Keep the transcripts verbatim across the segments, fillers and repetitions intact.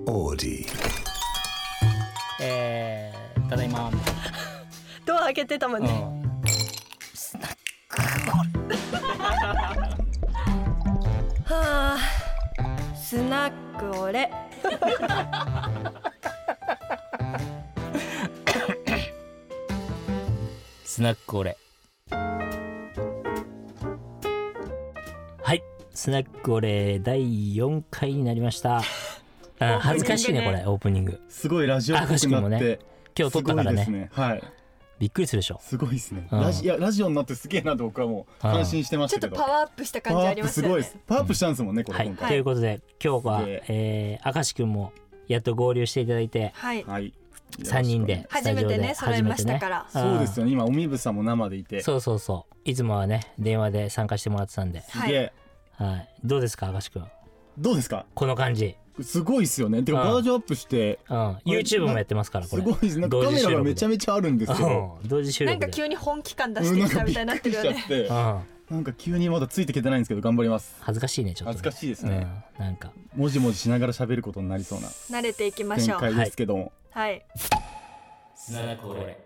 オーディえー、ただいまドア開けてたもんね、 うんスナックはあスナックオレスナックオレはいスナックオレだいよんかいになりましたあ恥ずかしいねこれオープニングすごいラジオっぽくなって、 もね、今日撮ったから ね, ね、はい、 びっくりするでしょ。 すごいですね、 うん、 ラジいやラジオになってすげえなと僕はもう感心してましたけど、 ちょっとパワーアップした感じありますよね。 パワーアップすごいです。パワーアップしたんですもんね、うん、これ今回、 はい、ということで今日は、えー、明石くんもやっと合流していただいて、 はい、 はい、 さんにんでスタジオで初めてね揃いましたから、ね、 そうですよね。今おみぶさんも生でいて、 そうそうそういつもはね電話で参加してもらってたんで、 すげえ、 はい、どうですか明石くん、 どうですかこの感じ。 すごいですよね。てかバージョンアップして、 うん、YouTube もやってますからこれ。 すごいですね。カメラがめちゃめちゃあるんですよ。 同時収録でなんか急に本気感出してきたみたいになってるよね。 うん、 なんか急にまだついていけてないんですけど頑張ります。 恥ずかしいねちょっと、ね、 恥ずかしいですね、 うん、なんかもじもじしながら喋ることになりそうな慣れていきましょう。 展開ですけども、 はい、はい、 スナックオレ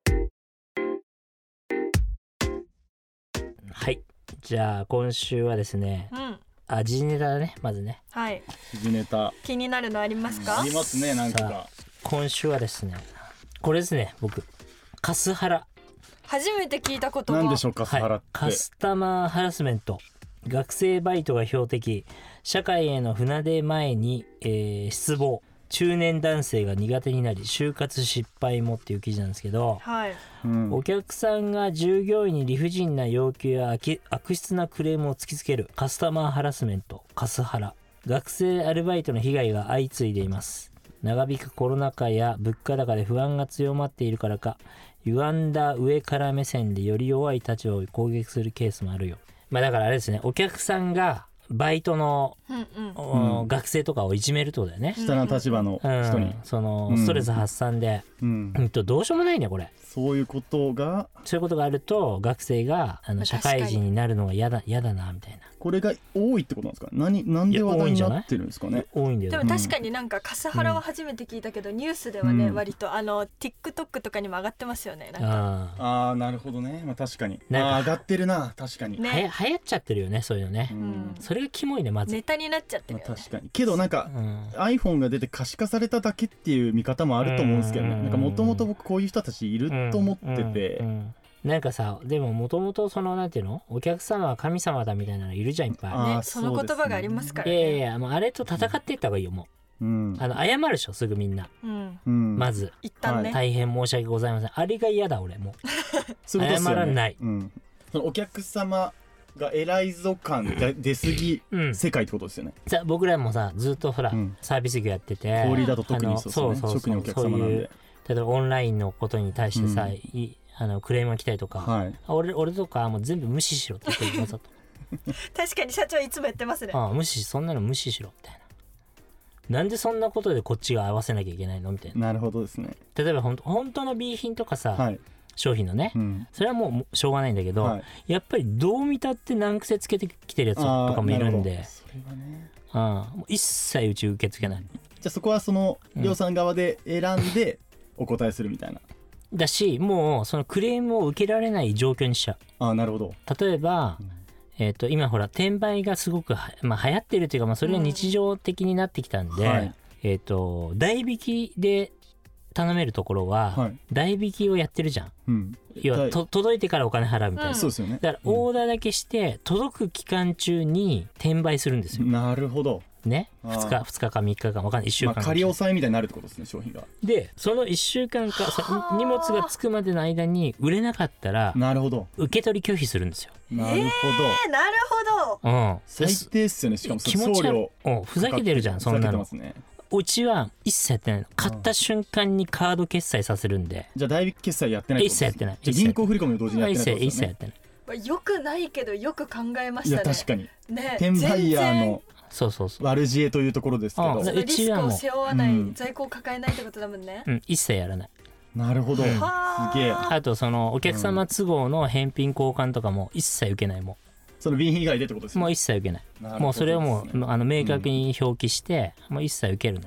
はい、じゃあ今週はですね、うん、あ時事ネタだねまずね。 はい。 時事ネタ気になるのありますか？ ありますね。なんか今週はですねこれですね僕カスハラ初めて聞いたことが。 何でしょうカスハラって、 はい、カスタマーハラスメント、学生バイトが標的、社会への船出前に、えー、失望、中年男性が苦手になり就活失敗もっていう記事なんですけど、 はい、 うん、お客さんが従業員に理不尽な要求や悪質なクレームを突きつけるカスタマーハラスメント、カスハラ。学生アルバイトの被害が相次いでいます。長引くコロナ禍や物価高で不安が強まっているからか、歪んだ上から目線でより弱い立場を攻撃するケースもあるよ。まあだからあれですね、お客さんがバイトの、うんうん、学生とかをいじめるってことだよね。 下の立場の人に、 うん、そのストレス発散で、うんうん、どうしようもないねこれ。 そういうことがそういうことがあると学生があの社会人になるのが嫌だ嫌だなみたいな。 これが多いってことなんですか。何なんで話題になってるんですかね。 多いんだよね。 でも確かになんかカスハラは初めて聞いたけど、うん、ニュースではね、うん、割とあの TikTok とかにも上がってますよね。なんかああなるほどね、まあ、確かにあ上がってるな確かに、 ね、はや流行っちゃってるよねそういうのね、うん、それがキモいねまず。 ネタになっちゃってるよね、 まあ、確かにけどなんか、うん、iPhone が出て可視化されただけっていう見方もあると思うんですけどね、うん、なんかもともと僕こういう人たちいると思ってて、うんうんうんなんかさでももともとそのなんていうのお客様は神様だみたいなのいるじゃんいっぱいね、その言葉がありますからね。 いやいやもうあれと戦っていった方がいいよもう、うん、あの謝るでしょすぐみんな、うん、まず一旦ね大変申し訳ございませんあれが嫌だ俺もうそういうことですよね、 謝らない、 うん、そのお客様が偉いぞ感が出すぎ世界ってことですよね、 うん、さ僕らもさずっとほら、うん、サービス業やってて小売だと特にそうですね職人お客様なんで例えばオンラインのことに対してさ、うんいあのクレームが来たりとか、はい、俺, 俺とかもう全部無視しろって言ってるわざと確かに社長いつも言ってますね。 ああ無視そんなの無視しろみたいな。なんでそんなことでこっちが合わせなきゃいけないのみたいな。 なるほどですね。 例えばほんと本当の B 品とかさ、はい、商品のね、うん、それはもうしょうがないんだけど、はい、やっぱりどう見たって難癖つけてきてるやつとかもいるんでそれはねあもう一切うち受け付けない。 じゃあそこはそのりょうさん側で選んでお答えするみたいな、うんだしもうそのクレームを受けられない状況にしちゃう。 あなるほど。 例えば、うんえー、と今ほら転売がすごくは、まあ、流行ってるというか、まあ、それが日常的になってきたんで、うんはいえー、と代引きで頼めるところは、はい、代引きをやってるじゃん、うん、要はと届いてからお金払うみたいな、うん、 そうですよね。 だからオーダーだけして届く期間中に転売するんですよ。 なるほどね、ふつか、ふつかかみっかか分かんないいっしゅうかん、まあ、 仮押さえみたいになるってことですね商品が。でそのいっしゅうかんか荷物が着くまでの間に売れなかったらなるほど受け取り拒否するんですよ。 なるほど、 えー、なるほど、うん、 最低っすよね。しかも気持ち悪い、うん、ふざけてるじゃんそんなの、ね、うちは一切やってないの。買った瞬間にカード決済させるんで。 じゃあ代引き決済やってないってことですか。 一切やってない。 じゃあ銀行振り込みを同時にやってないってことですよね。 一切やってない。 よくないけどよく考えましたね。 いや確かに、 ね、 転売ヤーのそうそうそう悪知恵というところですけど、 そのリスクを背負わない、うん、在庫を抱えないってことだもんね、 うん、一切やらない。 なるほど、うん、すげえ。 あとそのお客様都合の返品交換とかも一切受けないもん。 その便品以外でってことですね。 もう一切受けない。もうそれをもうあの明確に表記して、うん、もう一切受けるなっつって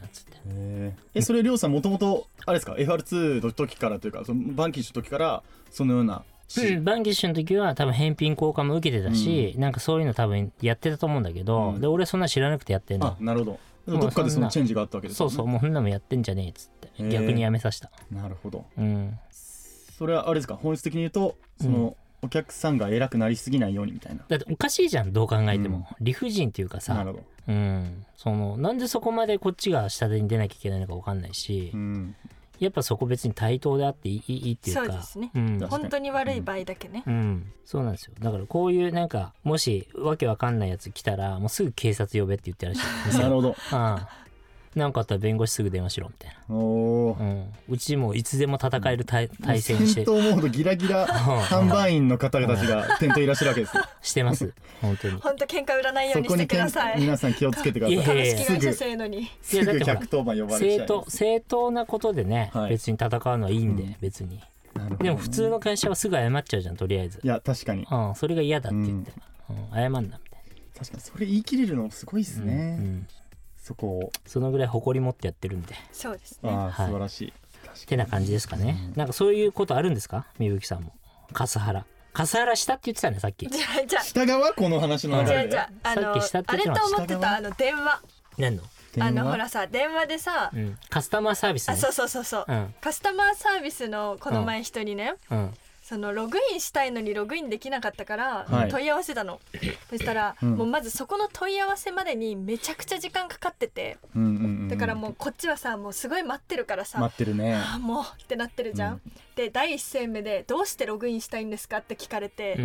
へえそれりょうさんもともとあれですか エフアールツー の時からというかそのバンキッシュの時からそのようなうん、バンキッシュの時は多分返品交換も受けてたし、うん、なんかそういうの多分やってたと思うんだけど、うん、で俺そんな知らなくてやってんの。 あなるほどどっかでそのチェンジがあったわけですね。そうそうもうそんなもやってんじゃねえっつって逆にやめさせた。 なるほど、 うん、 それはあれですか本質的に言うとその、うん、お客さんが偉くなりすぎないようにみたいな。 だっておかしいじゃんどう考えても、うん、理不尽っていうかさなるほど、 うん、そのなんでそこまでこっちが下手に出なきゃいけないのか分かんないし、うん、やっぱそこ別に対等であっていい、いいっていうかそうですね、 うん、 本当に悪い場合だけね、 うんうん、そうなんですよ。だからこういうなんかもしわけわかんないやつ来たらもうすぐ警察呼べって言ってるらしいなるほど、 ああなんかあったら弁護士すぐ電話しろみたいな。 お、 うん、うちもいつでも戦える対戦して戦闘モードギラギラ販売員の方たちが店頭いらっしゃるわけですしてます本当に本当喧嘩売らないようにしてください。 皆さん気をつけてください。 株式会社制のにすぐひゃくとおばん呼ばれちゃいます。 正当なことでね、はい、別に戦うのはいいんで、うん、別にでも普通の会社はすぐ謝っちゃうじゃんとりあえず。 いや確かに、 うん、それが嫌だって言って、うんうん、謝んなみたいな。 確かにそれ言い切れるのすごいですね、うんうん、そこをそのぐらい誇り持ってやってるんで。 そうですね。 あ素晴らしい、 はい、ってな感じですかね、うん、なんかそういうことあるんですかみぶきさんも。カスハラカスハラしたって言ってたねさっき。 じゃあじゃあ下側この話の流れで、 じゃああのさっきしたって言ってました。 あれと思ってたあの電話。 何のあのほらさ電話でさ、 うん、カスタマーサービス、ね、 あそうそうそうそう、うん、カスタマーサービスのこの前人にね、うんうんそのログインしたいのにログインできなかったから問い合わせたの、はい、そしたら、うん、もうまずそこの問い合わせまでにめちゃくちゃ時間かかってて、うんうんうん、だからもうこっちはさもうすごい待ってるからさ待ってるねあもうってなってるじゃん、うん、で第一声目でどうしてログインしたいんですかって聞かれて、うん、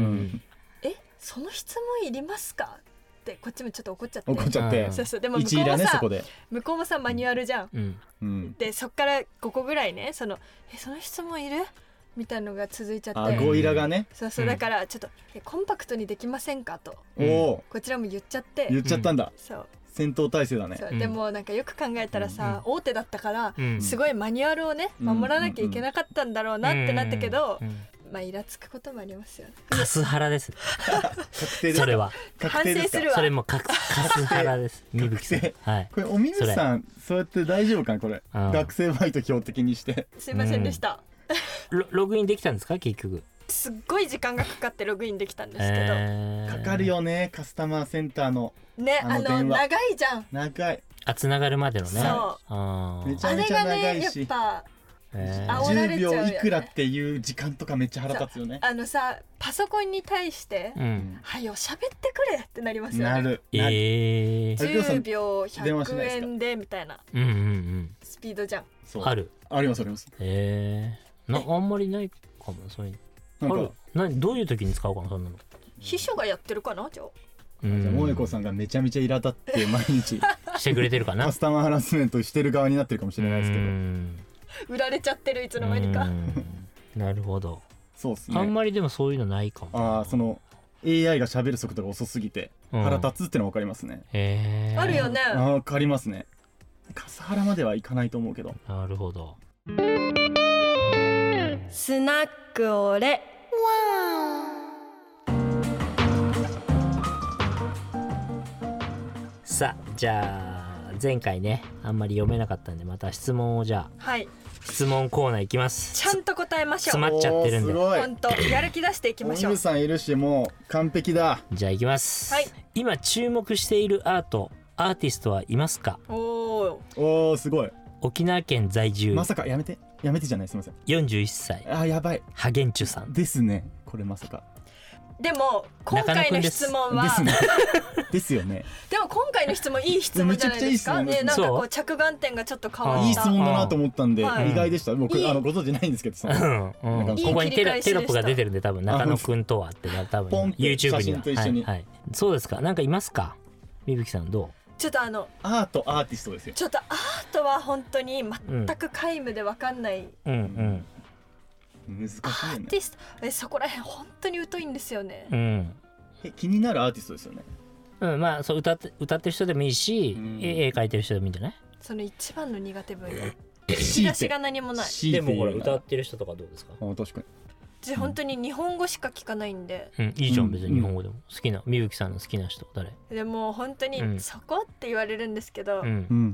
えその質問いりますかってこっちもちょっと怒っちゃって怒っちゃってそうそうでも向こうもさ、ね、そこで向こうもさマニュアルじゃん、うんうん、でそっからごこぐらいねそのえその質問いるみたいのが続いちゃって、 あゴイラがねそうそうだからちょっと、うん、コンパクトにできませんかと、うん、こちらも言っちゃって言っちゃったんだ、 うん、そう戦闘態勢だね。 そうでもなんかよく考えたらさ、うん、大手だったから、うん、すごいマニュアルをね守らなきゃいけなかったんだろうなってなったけど、うんうんうん、まあイラつくこともありますよね。 カスハラです確定ですそれは反省するわ。 それもカスハラですみぶきさん、はい、 これおみぶさんそうやって大丈夫かなこれ、うん、学生バイト標的にしてすいませんでした、うんロ, ログインできたんですか結局。 すっごい時間がかかってログインできたんですけど、 えー、かかるよねカスタマーセンターのねあの長いじゃん長いあつながるまでのね。 そうあめちゃめちゃ長いし、 あれがねやっぱ、 えー、じゅうびょういくらっていう時間とかめっちゃ腹立つよね。 あのさパソコンに対して、うん、はよ喋ってくれってなりますよね。 なるえー、 じゅうびょうひゃくえんでみたいなうんうん、うん、 スピードじゃん。 そうあるありますあります。 えーなあんまりないかもそういうなんかなどういう時に使うかなそんなの。 秘書がやってるかなじゃあ。 じゃあ萌子さんがめちゃめちゃ苛立って毎日してくれてるかな。 カスタマーハラスメントしてる側になってるかもしれないですけど売られちゃってるいつの間にかなるほど。 そうですね。 あんまりでもそういうのないかも。 あその エーアイ が喋る速度が遅すぎて腹立つってのは分かりますね、 うん、へあるよね。 あ分かりますね。カスハラまではいかないと思うけど。 なるほど。 スナックオレさあじゃあ前回ねあんまり読めなかったんでまた質問をじゃあ、 はい、 質問コーナーいきます。 ちゃんと答えましょう。 詰まっちゃってるんで本当やる気出していきましょう。 おみさんいるしもう完璧だ。 じゃあいきます、 はい、 今注目しているアートアーティストはいますか。 おおすごい。 沖縄県在住まさかやめてやめてじゃないすみませんよんじゅういっさいあやばいハゲンチュさんですね。これまさかでも今回の質問はですねですよね。 でも今回の質問いい質問じゃないですか。ね、なんかこう着眼点がちょっと変わった。 いい質問だなと思ったんで、はい、意外でした。僕あのご存知ないんですけどその、 うんうん、ここにテロップが出てるんで多分中野くんとはって多分 YouTube にはと一緒に、 はいはい、そうですか。なんかいますかみぶきさん。どうちょっとあのアートアーティストですよ。 ちょっとアートは本当に全く皆無で分かんない、 うんうんうん、難しいよね。 アーティストえそこら辺本当に疎いんですよね、 うん、 え気になるアーティストですよね。 うん、まあそう歌って歌ってる人でもいいし、うん、絵描いてる人でもいいんじゃない。 その一番の苦手分野引き出しが何もない。 でもほら歌ってる人とかどうですか。 あ確かに私本当に日本語しか聞かないんで、 うん、いいじゃん別に日本語でも、うん、好きなみぶきさんの好きな人誰？ でも本当にそこって言われるんですけど、 うん、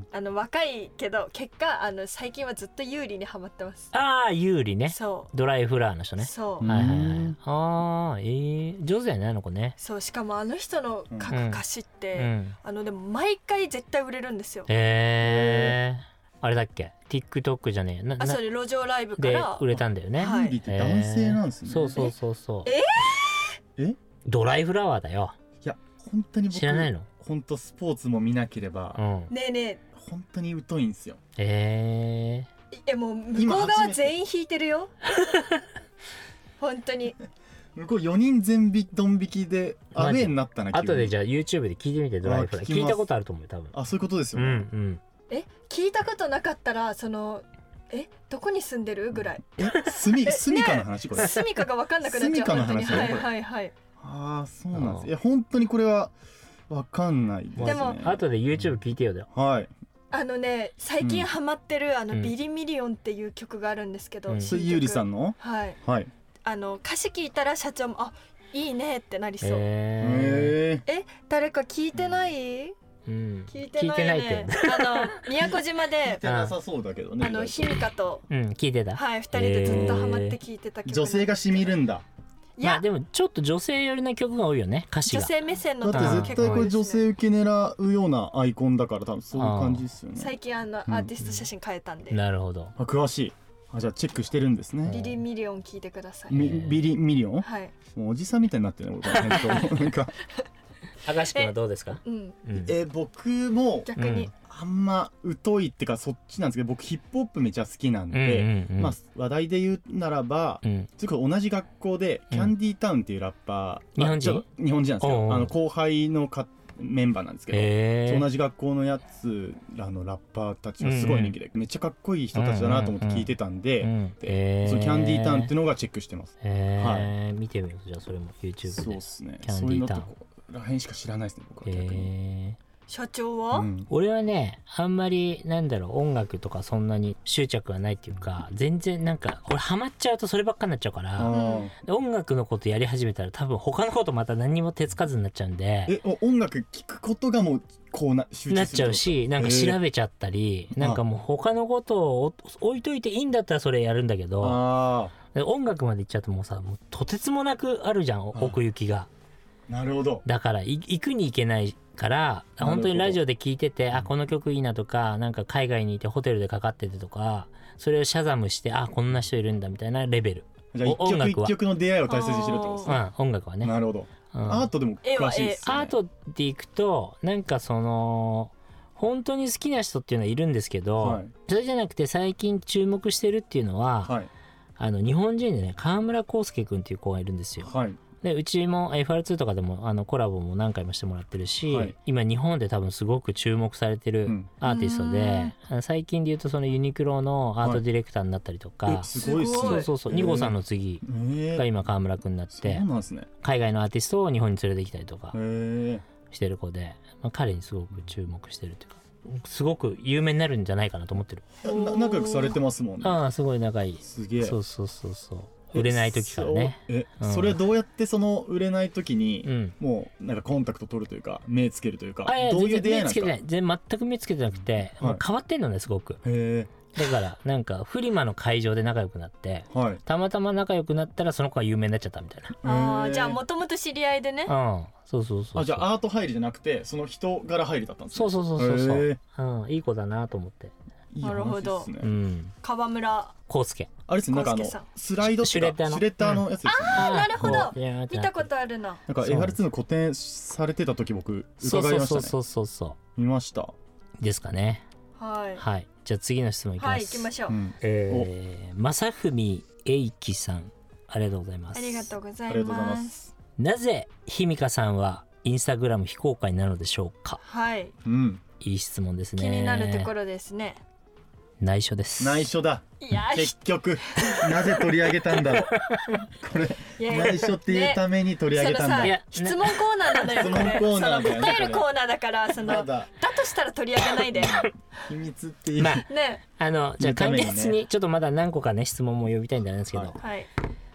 あの若いけど結果あの最近はずっとユーリにハマってます。 ああユーリね。 そうドライフラワーの人ね。 そうはいはいはい。ああえー、上手だよねあの子ね。 そうしかもあの人の書く歌詞って、うん、あのでも毎回絶対売れるんですよ。 へえー。あれだっけ TikTok じゃねえなあそれ路上ライブからで売れたんだよね。 ユーリって男性なんですね。 そうそうそうそう。 えー、 えドライフラワーだよ。 いや本当に僕知らないの？ 本当スポーツも見なければ、 うん、 ねえねえ本当に疎いんですよ。 えー、いやもう向こう側全員弾いてるよ本当に向こうよにん全引ドン引きでアウェーになったな。 後でじゃあ YouTube で聞いてみてドライフラワー聞いたことあると思うよ多分。 あそういうことですよね。 うんうんえ聞いたことなかったらそのえどこに住んでるぐらい。 え住み住みかの話これ。 住みかが分かんなくなっちゃう。 住みかの話はいはいはい。 ああそうなんです。いや本当にこれは分かんないですね。 でも後で YouTube 聞いてよだよ。 はい。 あのね最近ハマってる、うん、あのビリミリオンっていう曲があるんですけど。 それゆうりさんの？ はいはい。 あの歌詞聞いたら社長もあいいねってなりそう。 へえ誰か聞いてない？ うん、 聞いてないね。あの宮古島で聞いてなさそうだけどね。 あのひみかと、 うん、聞いてた。 はいふたりでずっとハマって聞いてた曲。 女性がしみるんだ。 いや、まあ、でもちょっと女性寄りな曲が多いよね歌詞が。 女性目線のだって絶対これ女性受け狙うようなアイコンだから多分そういう感じですよね。 最近あのアーティスト写真変えたんで。 うん、なるほど。 あ詳しい。あじゃあチェックしてるんですね。 ビリミリオン聞いてください。 ビリミリオン？ はい。 もうおじさんみたいになってるね俺なんか。 明石君はどうですか？ うん、 え僕も逆にあんま疎いってかそっちなんですけど僕ヒップホップめちゃ好きなんで、うんうんうん、まあ話題で言うならば、うん、つうか同じ学校でキャンディータウンっていうラッパー、 うん、日本人日本人なんですけどあの後輩のかメンバーなんですけど同じ学校のやつらのラッパーたちがすごい人気で、うん、めっちゃかっこいい人たちだなと思って聞いてたんで、うんうん、でそのキャンディータウンっていうのがチェックしてます。 はい、見てみようじゃあそれも YouTube で。 そうですね。 キャンディータウンらへんしか知らないですね僕は逆に。 社長は、うん、 俺はねあんまりなんだろう音楽とかそんなに執着がないっていうか全然なんか俺ハマっちゃうとそればっかになっちゃうから音楽のことやり始めたら多分他のことまた何にも手つかずになっちゃうんで。 え音楽聴くことがもうこうな集中するなっちゃうしなんか調べちゃったりなんかもう他のことを置いといていいんだったらそれやるんだけどあ音楽まで行っちゃうともうさもうとてつもなくあるじゃん奥行きが。 なるほど。 だから行くに行けないから本当にラジオで聞いててあこの曲いいなとかなんか海外にいてホテルでかかっててとかそれをシャザムしてあこんな人いるんだみたいなレベル。 じゃあ一曲一曲の出会いを大切にしろってことですね。 うん、音楽はね。 なるほど、うん、アートでも詳しいですね。 アートでいくとなんかその本当に好きな人っていうのはいるんですけど、はい、それじゃなくて最近注目してるっていうのは、はい、あの日本人でね川村康介君っていう子がいるんですよ。はい、でうちも エフアールツー とかでもあのコラボも何回もしてもらってるし、はい、今日本で多分すごく注目されてるアーティストで、うん、最近で言うとそのユニクロのアートディレクターになったりとか、 はい、すごいっすね。 そうそうそうに号さんの次が今川村くんになって、そうなんですね、海外のアーティストを日本に連れてきたりとかしてる子で、まあ、彼にすごく注目してるっていうかすごく有名になるんじゃないかなと思ってる。 仲良くされてますもんね。 ああすごい仲いい。 すげえ。 そうそうそうそう売れない時からね。 え、うん、それどうやってその売れない時に、うん、もうなんかコンタクト取るというか目つけるというか、どういう出会いなんですか？ 全然全く目つけてなくて、はい、変わってんのねすごく。へだからなんかフリマの会場で仲良くなって、はい、たまたま仲良くなったらその子が有名になっちゃったみたいな。あじゃあもともと知り合いでね。 うんそうそうそうそう。 あじゃあアート入りじゃなくてその人柄入りだったんですね。 そうそうそうそうそう、うん、いい子だなと思って。 なるほど、ねうん、川村康介あれですね、なんかあのスライドシュレッダーのシュレッダーのやつですね、 うん、ああなるほど見たことあるな。 なんか エフアールツー の個展されてた時僕伺いましたね。 そうそうそうそう見ましたですかね。 はい、 はい、じゃあ次の質問いきます。 はい行きましょう、うんえー、正文英樹さんありがとうございます。 ありがとうございます。 なぜひみかさんはインスタグラム非公開なのでしょうか。 はい、 うん、 いい質問ですね。 気になるところですね。 内緒です。 内緒だ。結局なぜ取り上げたんだろうこれいやいや内緒っていうために取り上げたんだ、ね、 質問コーナーなのよ。質問コーナーだよね。答えるコーナーだからそのだとしたら取り上げないで秘密っていう、 まあ、ねあのじゃあ簡潔にちょっとまだ何個かね質問も呼びたいんであるんですけど、はい、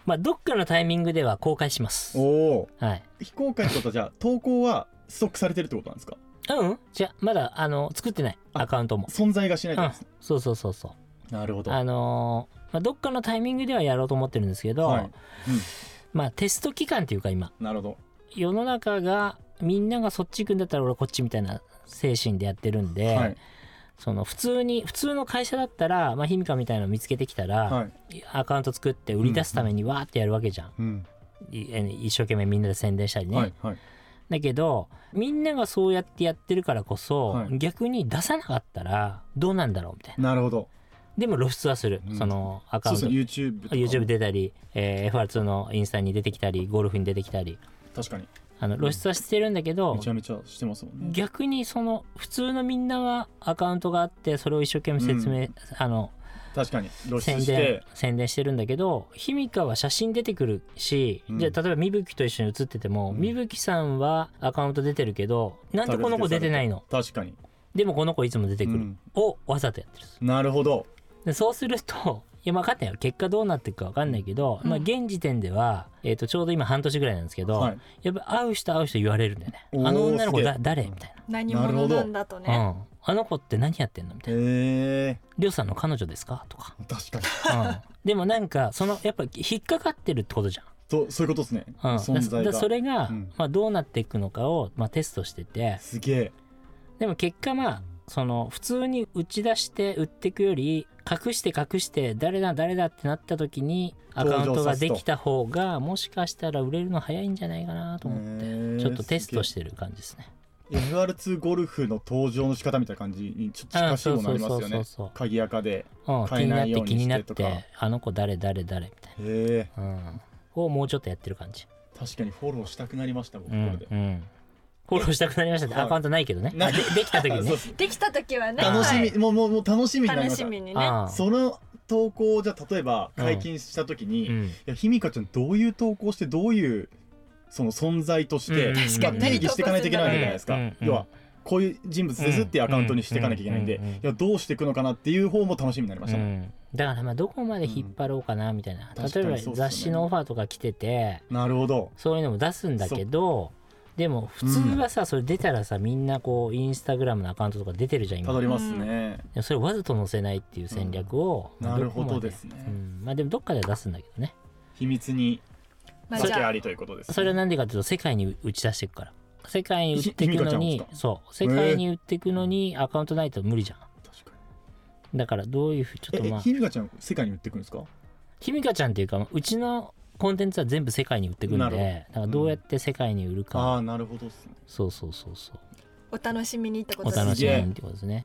まあどっかのタイミングでは公開します。 おお、 はい、 非公開ってことはじゃあ投稿はストックされてるってことなんですか？ うん、じゃあまだあの作ってないアカウントも存在がしないです、ね、 うん、そうそうそうそう。 なるほど。 あのーまあ、どっかのタイミングではやろうと思ってるんですけど、はい、うん、まあテスト期間っていうか今なるほど世の中がみんながそっち行くんだったら俺はこっちみたいな精神でやってるんで、はい、その普通に普通の会社だったら、まあ、ひみかみたいなの見つけてきたら、はい、アカウント作って売り出すためにわーってやるわけじゃん、うん、一生懸命みんなで宣伝したりね、はいはい、だけどみんながそうやってやってるからこそ、はい、逆に出さなかったらどうなんだろうみたいな。 なるほど。 でも露出はする、うん、そのアカウント、そうそう YouTube とか YouTube 出たり、えー、エフアールツー のインスタに出てきたりゴルフに出てきたり、 確かにあの露出はしてるんだけど、 うん、めちゃめちゃしてますもんね。 逆にその普通のみんなはアカウントがあってそれを一生懸命説明、うん、あの確かに露出して宣伝宣伝してるんだけど、ひみかは写真出てくるし、うん、じゃあ例えばみぶきと一緒に写ってても、みぶきさんはアカウント出てるけどなんでこの子出てないの、 確かにでもこの子いつも出てくる、うん、をわざとやってる。 なるほど。 でそうするといや分かんないよ結果どうなっていくか分かんないけど、うん、まあ現時点では、えー、とちょうど今半年ぐらいなんですけど、はい、やっぱ会う人会う人言われるんだよね。あの女の子だ誰みたいな。 何者なんだとね、うん、 あの子って何やってんのみたいな。りょうさんの彼女ですかとか。 確かに、 うん、でもなんかそのやっぱ引っかかってるってことじゃん。 そうそういうことですね、うん、存在がだそれが、うん、まあ、どうなっていくのかを、まあ、テストしてて、 すげえ。 でも結果まあその普通に打ち出して売っていくより隠して隠して誰だ誰だってなった時にアカウントができた方がもしかしたら売れるの早いんじゃないかなと思ってちょっとテストしてる感じですね。 エフアールツー ゴルフの登場の仕方みたいな感じにちょっと近しいものありますよね。鍵垢で買えないようにしてとか、気になって気になってあの子誰誰誰みたいな、へー、うん、をもうちょっとやってる感じ。 確かにフォローしたくなりました僕、うん、これで、うん、 フォローしたくなりましたね、はい、アカウントないけどね。で, できた時にねできた時はね楽しみ、はい、もうもうもう楽しみになりました。 楽しみにね。 その投稿をじゃあ例えば解禁した時に、うん、いやひみかちゃんどういう投稿してどういうその存在として、うん、まあ、定義していかないといけないわけじゃないですか、うん、要はこういう人物ですっていうアカウントにしていかなきゃいけないんで、いやどうしていくのかなっていう方も楽しみになりました、うん、 だからまあどこまで引っ張ろうかなみたいな、うん、例えば雑誌のオファーとか来てて、 なるほど、 そういうのも出すんだけど、でも普通はさ、うん、それ出たらさみんなこうインスタグラムのアカウントとか出てるじゃん今。 たどりますね。 それわざと載せないっていう戦略を、 うん、なるほどですね、 うん、まあでもどっかで出すんだけどね、 秘密に酒ありということです、ね、 それはなんでかというと世界に打ち出していくから。世界に売っていくのにそう世界に売っていくのにアカウントないと無理じゃん。確かに。だからどういうふうちょっとまあひみかちゃん世界に売っていくんですか？ ひみかちゃんっていうかうちのコンテンツは全部世界に売っていくんで、だからどうやって世界に売るか、うん、 ああなるほどですね。 そうそうそうそう、 お楽しみにってことですね。 お楽しみにってことですね。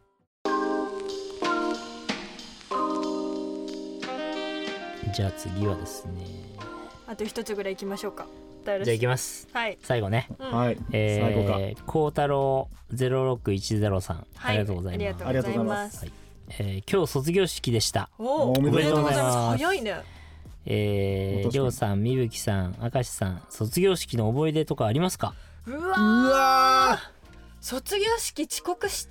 じゃあ次はですね、 あと一つぐらい行きましょうか。 じゃあ行きます、 はい、 最後ね、 うん、はい、 えー、最後かこうたろうゼロろくいちゼロさん、はい、ありがとうございます。 ありがとうございます、 はい、えー、今日卒業式でした。 おおめでとうございます。早いね。 えー、りょうさん、みぶきさん、あかしさん、卒業式の思い出とかありますか？ うわー、うわ卒業式遅刻した。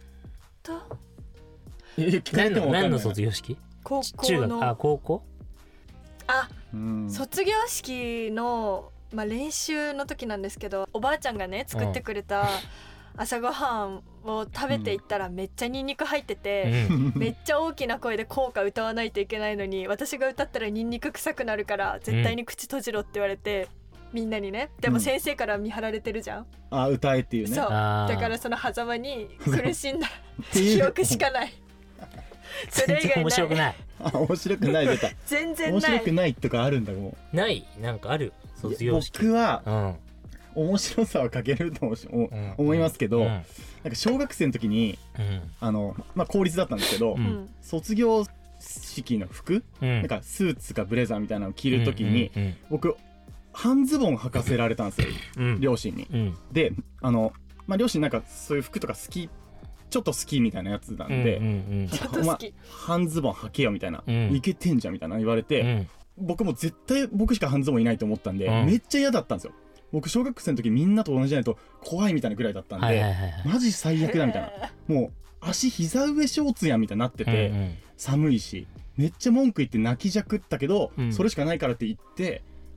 えー、聞かれても分かんない。何の卒業式？ 高校の中学、あ、高校？ あ、うん、卒業式の、まあ、練習の時なんですけど、おばあちゃんがね作ってくれた朝ごはんを食べていったらめっちゃニンニク入ってて、うん、めっちゃ大きな声で校歌歌わないといけないのに私が歌ったらニンニク臭くなるから絶対に口閉じろって言われて、うん、みんなにね、でも先生から見張られてるじゃん、うん、 あ歌えっていうね。 そうだからその狭間に苦しんだ記憶しかないそれ以外ない。面白くない。 あ、面白くない出た全然ない。 面白くないとかあるんだもう。ないなんかある卒業式。 僕は、うん、面白さは欠けると思いますけど、うんうん、なんか小学生の時に、うん、あのまあ公立だったんですけど、うん、卒業式の服、うん、なんかスーツかブレザーみたいなのを着る時に、うんうんうん、僕半ズボン履かせられたんですよ、うん、両親に、うん、であの、まあ、両親なんかそういう服とか好きちょっと好きみたいなやつなんで、うんうんうん、ま、半ズボン履けよみたいな、うん、いけてんじゃんみたいな言われて、うん、僕も絶対僕しか半ズボンいないと思ったんで、うん、めっちゃ嫌だったんですよ。僕小学生の時みんなと同じじゃないと怖いみたいなぐらいだったんで、はいはいはいはい、マジ最悪だみたいな、もう足膝上ショーツやみたいになってて、うんうん、寒いしめっちゃ文句言って泣きじゃくったけど、うん、それしかないからって言って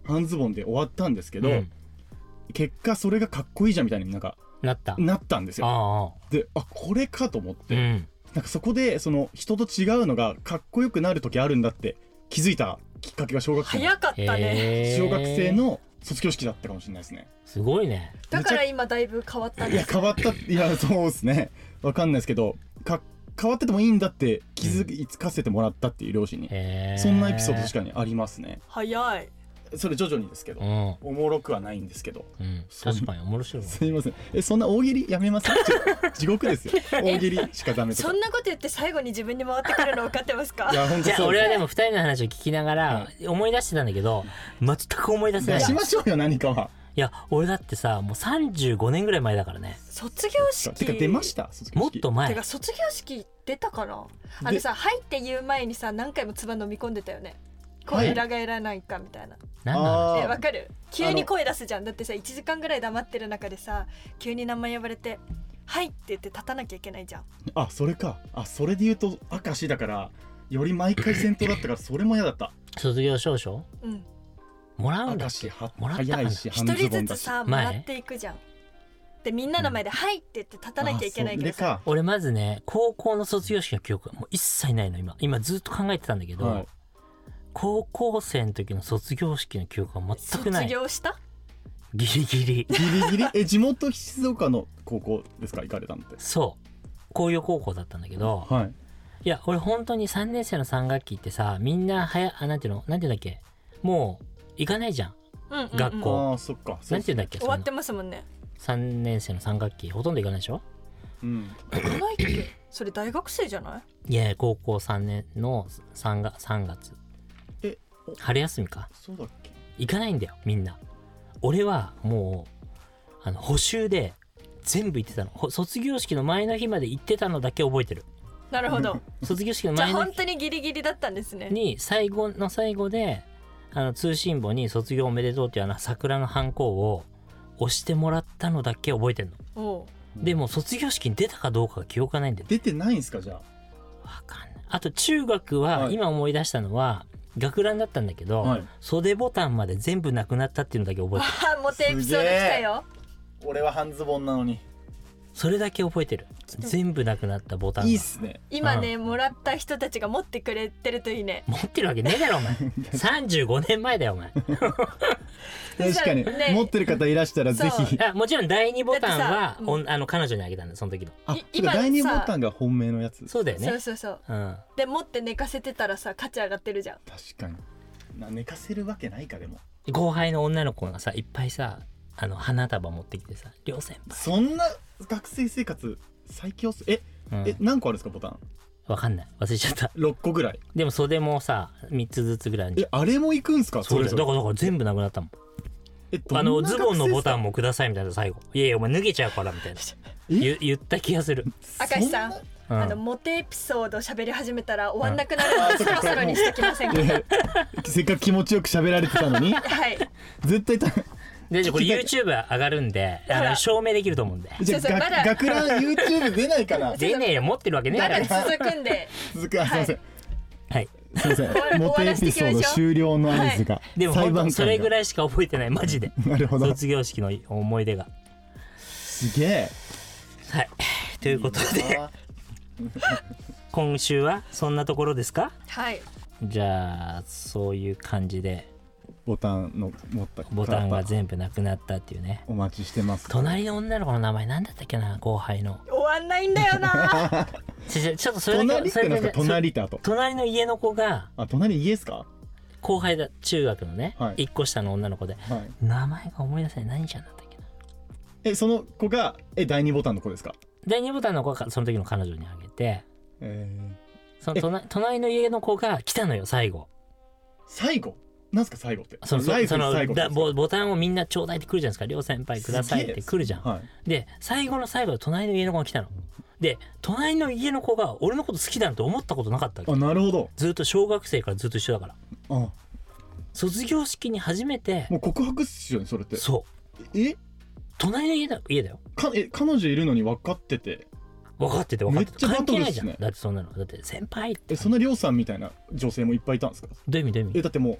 半ズボンで終わったんですけど、うん、結果それがかっこいいじゃんみたいになんかなったなったんですよ。あであこれかと思って、うん、なんかそこでその人と違うのがかっこよくなる時あるんだって気づいたきっかけが小学生早かったね小学生の卒業式だったかもしれないですね。 すごいね。 だから今だいぶ変わったんです、 ね、いや変わったいやそうですねわかんないですけどか変わっててもいいんだって気づかせてもらったっていう両親に、うん、そんなエピソード確かにありますね。 早い。 それ徐々にですけど、うん、おもろくはないんですけど、 うん、確かにおもろしい。 すいませんえそんな大喜利やめます地獄ですよ大喜利しかダメとかそんなこと言って最後に自分に回ってくるの分かってますか？ いや本当じゃあ俺はでもふたりの話を聞きながら思い出してたんだけど、全く思い出せない。 出しましょうよ何かは。 いや俺だってさもうさんじゅうごねんぐらい前だからね。 卒業式てか出ました卒業式もっと前。 てか卒業式出たかな。あのさはいって言う前にさ何回も唾飲み込んでたよね。声裏返らないかみたいな。 なんなの？ えわかる？急に声出すじゃん。だってさいちじかんぐらい黙ってる中でさ急に名前呼ばれてはいって言って立たなきゃいけないじゃん。 あそれか。あそれで言うと明石だからより毎回先頭だったからそれも嫌だった。 卒業証書？ うんもらうんだっけ？もらったかな。 一人ずつさもらっていくじゃん。でみんなの前ではいって言って立たなきゃいけないけどさ、 俺まずね高校の卒業式の記憶がもう一切ないの今今ずっと考えてたんだけど、はい、高校生の時の卒業式の記憶が全くない。 卒業した？ ギリギリギリギリえ地元静岡の高校ですか行かれたのって？ そう工業高校だったんだけど、 はい、 いや俺本当にさんねん生のさん学期ってさみんなはやあなんていうのなんていうんだっけもう行かないじゃん、 うんうんうん、 学校。 あそっかなんていうんだっけ終わってますもんね。 さんねん生のさん学期ほとんど行かないでしょ。 うん行かないっけそれ大学生じゃない？ いや高校さんねんの 3, がさんがつえ春休みか。 そうだっけ。 行かないんだよみんな。俺はもうあの補習で全部行ってたの。卒業式の前の日まで行ってたのだけ覚えてる。 なるほど卒業式の前の日じゃあ本当にギリギリだったんですね。 に最後の最後であの通信簿に卒業おめでとうっていうあの桜のハンコを押してもらったのだけ覚えてんの。 おでも卒業式に出たかどうかが記憶がないんだよ。 出てないんすかじゃあ。わかんない。あと中学は今思い出したのは、はい、学ランだったんだけど、はい、袖ボタンまで全部なくなったっていうのだけ覚えてる。 あモテエピソード来たよ。 俺は半ズボンなのにそれだけ覚えてる。全部なくなったボタンがいいっすね。 今ね、うん、もらった人たちが持ってくれてるといいね。 持ってるわけねえだろお前さんじゅうごねんまえだよお前確かに、ね、持ってる方いらしたらぜひ。 あもちろんだいにボタンは、うん、あの彼女にあげたんだその時の。 あ今だいにボタンが本命のやつ。 そうだよね。 そうそうそう、 うん、 で持って寝かせてたらさ価値上がってるじゃん。 確かにな寝かせるわけないか。でも後輩の女の子がさいっぱいさあの花束持ってきてさ両先輩。 そんな学生生活最強っす。え、うん、え何個あるんですかボタン。 わかんない忘れちゃった。 ろっこぐらい。 でも袖もさみっつずつぐらい。 えあれもいくんすか。 そうだよだからだから全部なくなったもん。えあのズボンのボタンもくださいみたいな最後。いやいやお前脱げちゃうからみたいな言, 言った気がする。 明石さん、うん、あのモテエピソード喋り始めたら終わんなくなるので、うん、そろそろにしてきませんか。 せっかく気持ちよく喋られてたのにはい絶対たでこれ YouTube 上がるんであの証明できると思うんで。 じゃあま、学ラン YouTube 出ないかな。 出ねえよ持ってるわけねえからまだ続くんで続く。あすいませんはい、 すいませんモテエピソード終了の合図が、はい、 でも本当それぐらいしか覚えてないマジでなるほど卒業式の思い出がすげえ。 はいということで今週はそんなところですか。 はいじゃあそういう感じでボタンの持ったボタンが全部なくなったっていうね。 お待ちしてます。 隣の女の子の名前なんだったっけな後輩の。 終わんないんだよなちょ, ちょっとそれだけ隣ってなんか隣ってあと隣の家の子があ隣家ですか。 後輩だ中学のね、はい、いっこ下の女の子で、はい、名前が思い出せない。何ちゃんだったっけな。 えその子がえだいにボタンの子ですか。 だいにボタンの子がその時の彼女にあげて、えー、その 隣, 隣の家の子が来たのよ最後。 最後なんすか最後って。 そのそそのだ ボ, ボタンをみんなちょうだいって来るじゃないですか。両先輩くださいって来るじゃん、はい、で最後の最後で隣の家の子が来たので隣の家の子が俺のこと好きだなんて思ったことなかったわけ。 あなるほど。 ずっと小学生からずっと一緒だから。 あ卒業式に初めてもう告白っすよねそれって。 そうえ隣の家だ家だよかえ彼女いるのに分かってて分かってて分かっててめっちゃバトルっすね。 関係ないじゃんだってそんなのだって先輩って。 えそんなりょうさんみたいな女性もいっぱいいたんですか。 どういう意味どういう意味。 えだってもう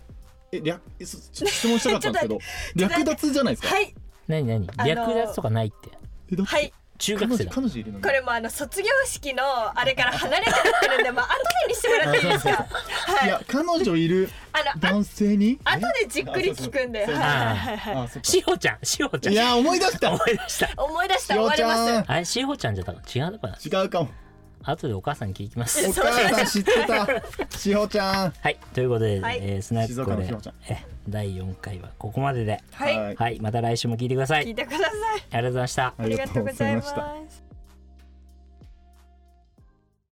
え略質問したかったんですけど略奪じゃないですか。 はい。 何何略奪とかないって。 えだってはい。 中学生だ。 彼女いるのにこれもあの卒業式のあれから離れてってるんで、まあ後でにしてもらっていいですか。はい。 いや彼女いる男性に後でじっくり聞くんで。はいはいはい。 しほちゃん、しほちゃん。 いや思い出した思い出した。 思い出した終わります。 あれしほちゃんじゃったか違うのかな。 違うかも。 後でお母さんに聞きます。 お母さん知ってた。しほちゃん。 はい、ということで、 はい、 えー、スナックコレえだいよんかいはここまでで、 はい、 はい、また来週も聞いてください。 聞いてください。ありがとうございました。 ありがとうございます。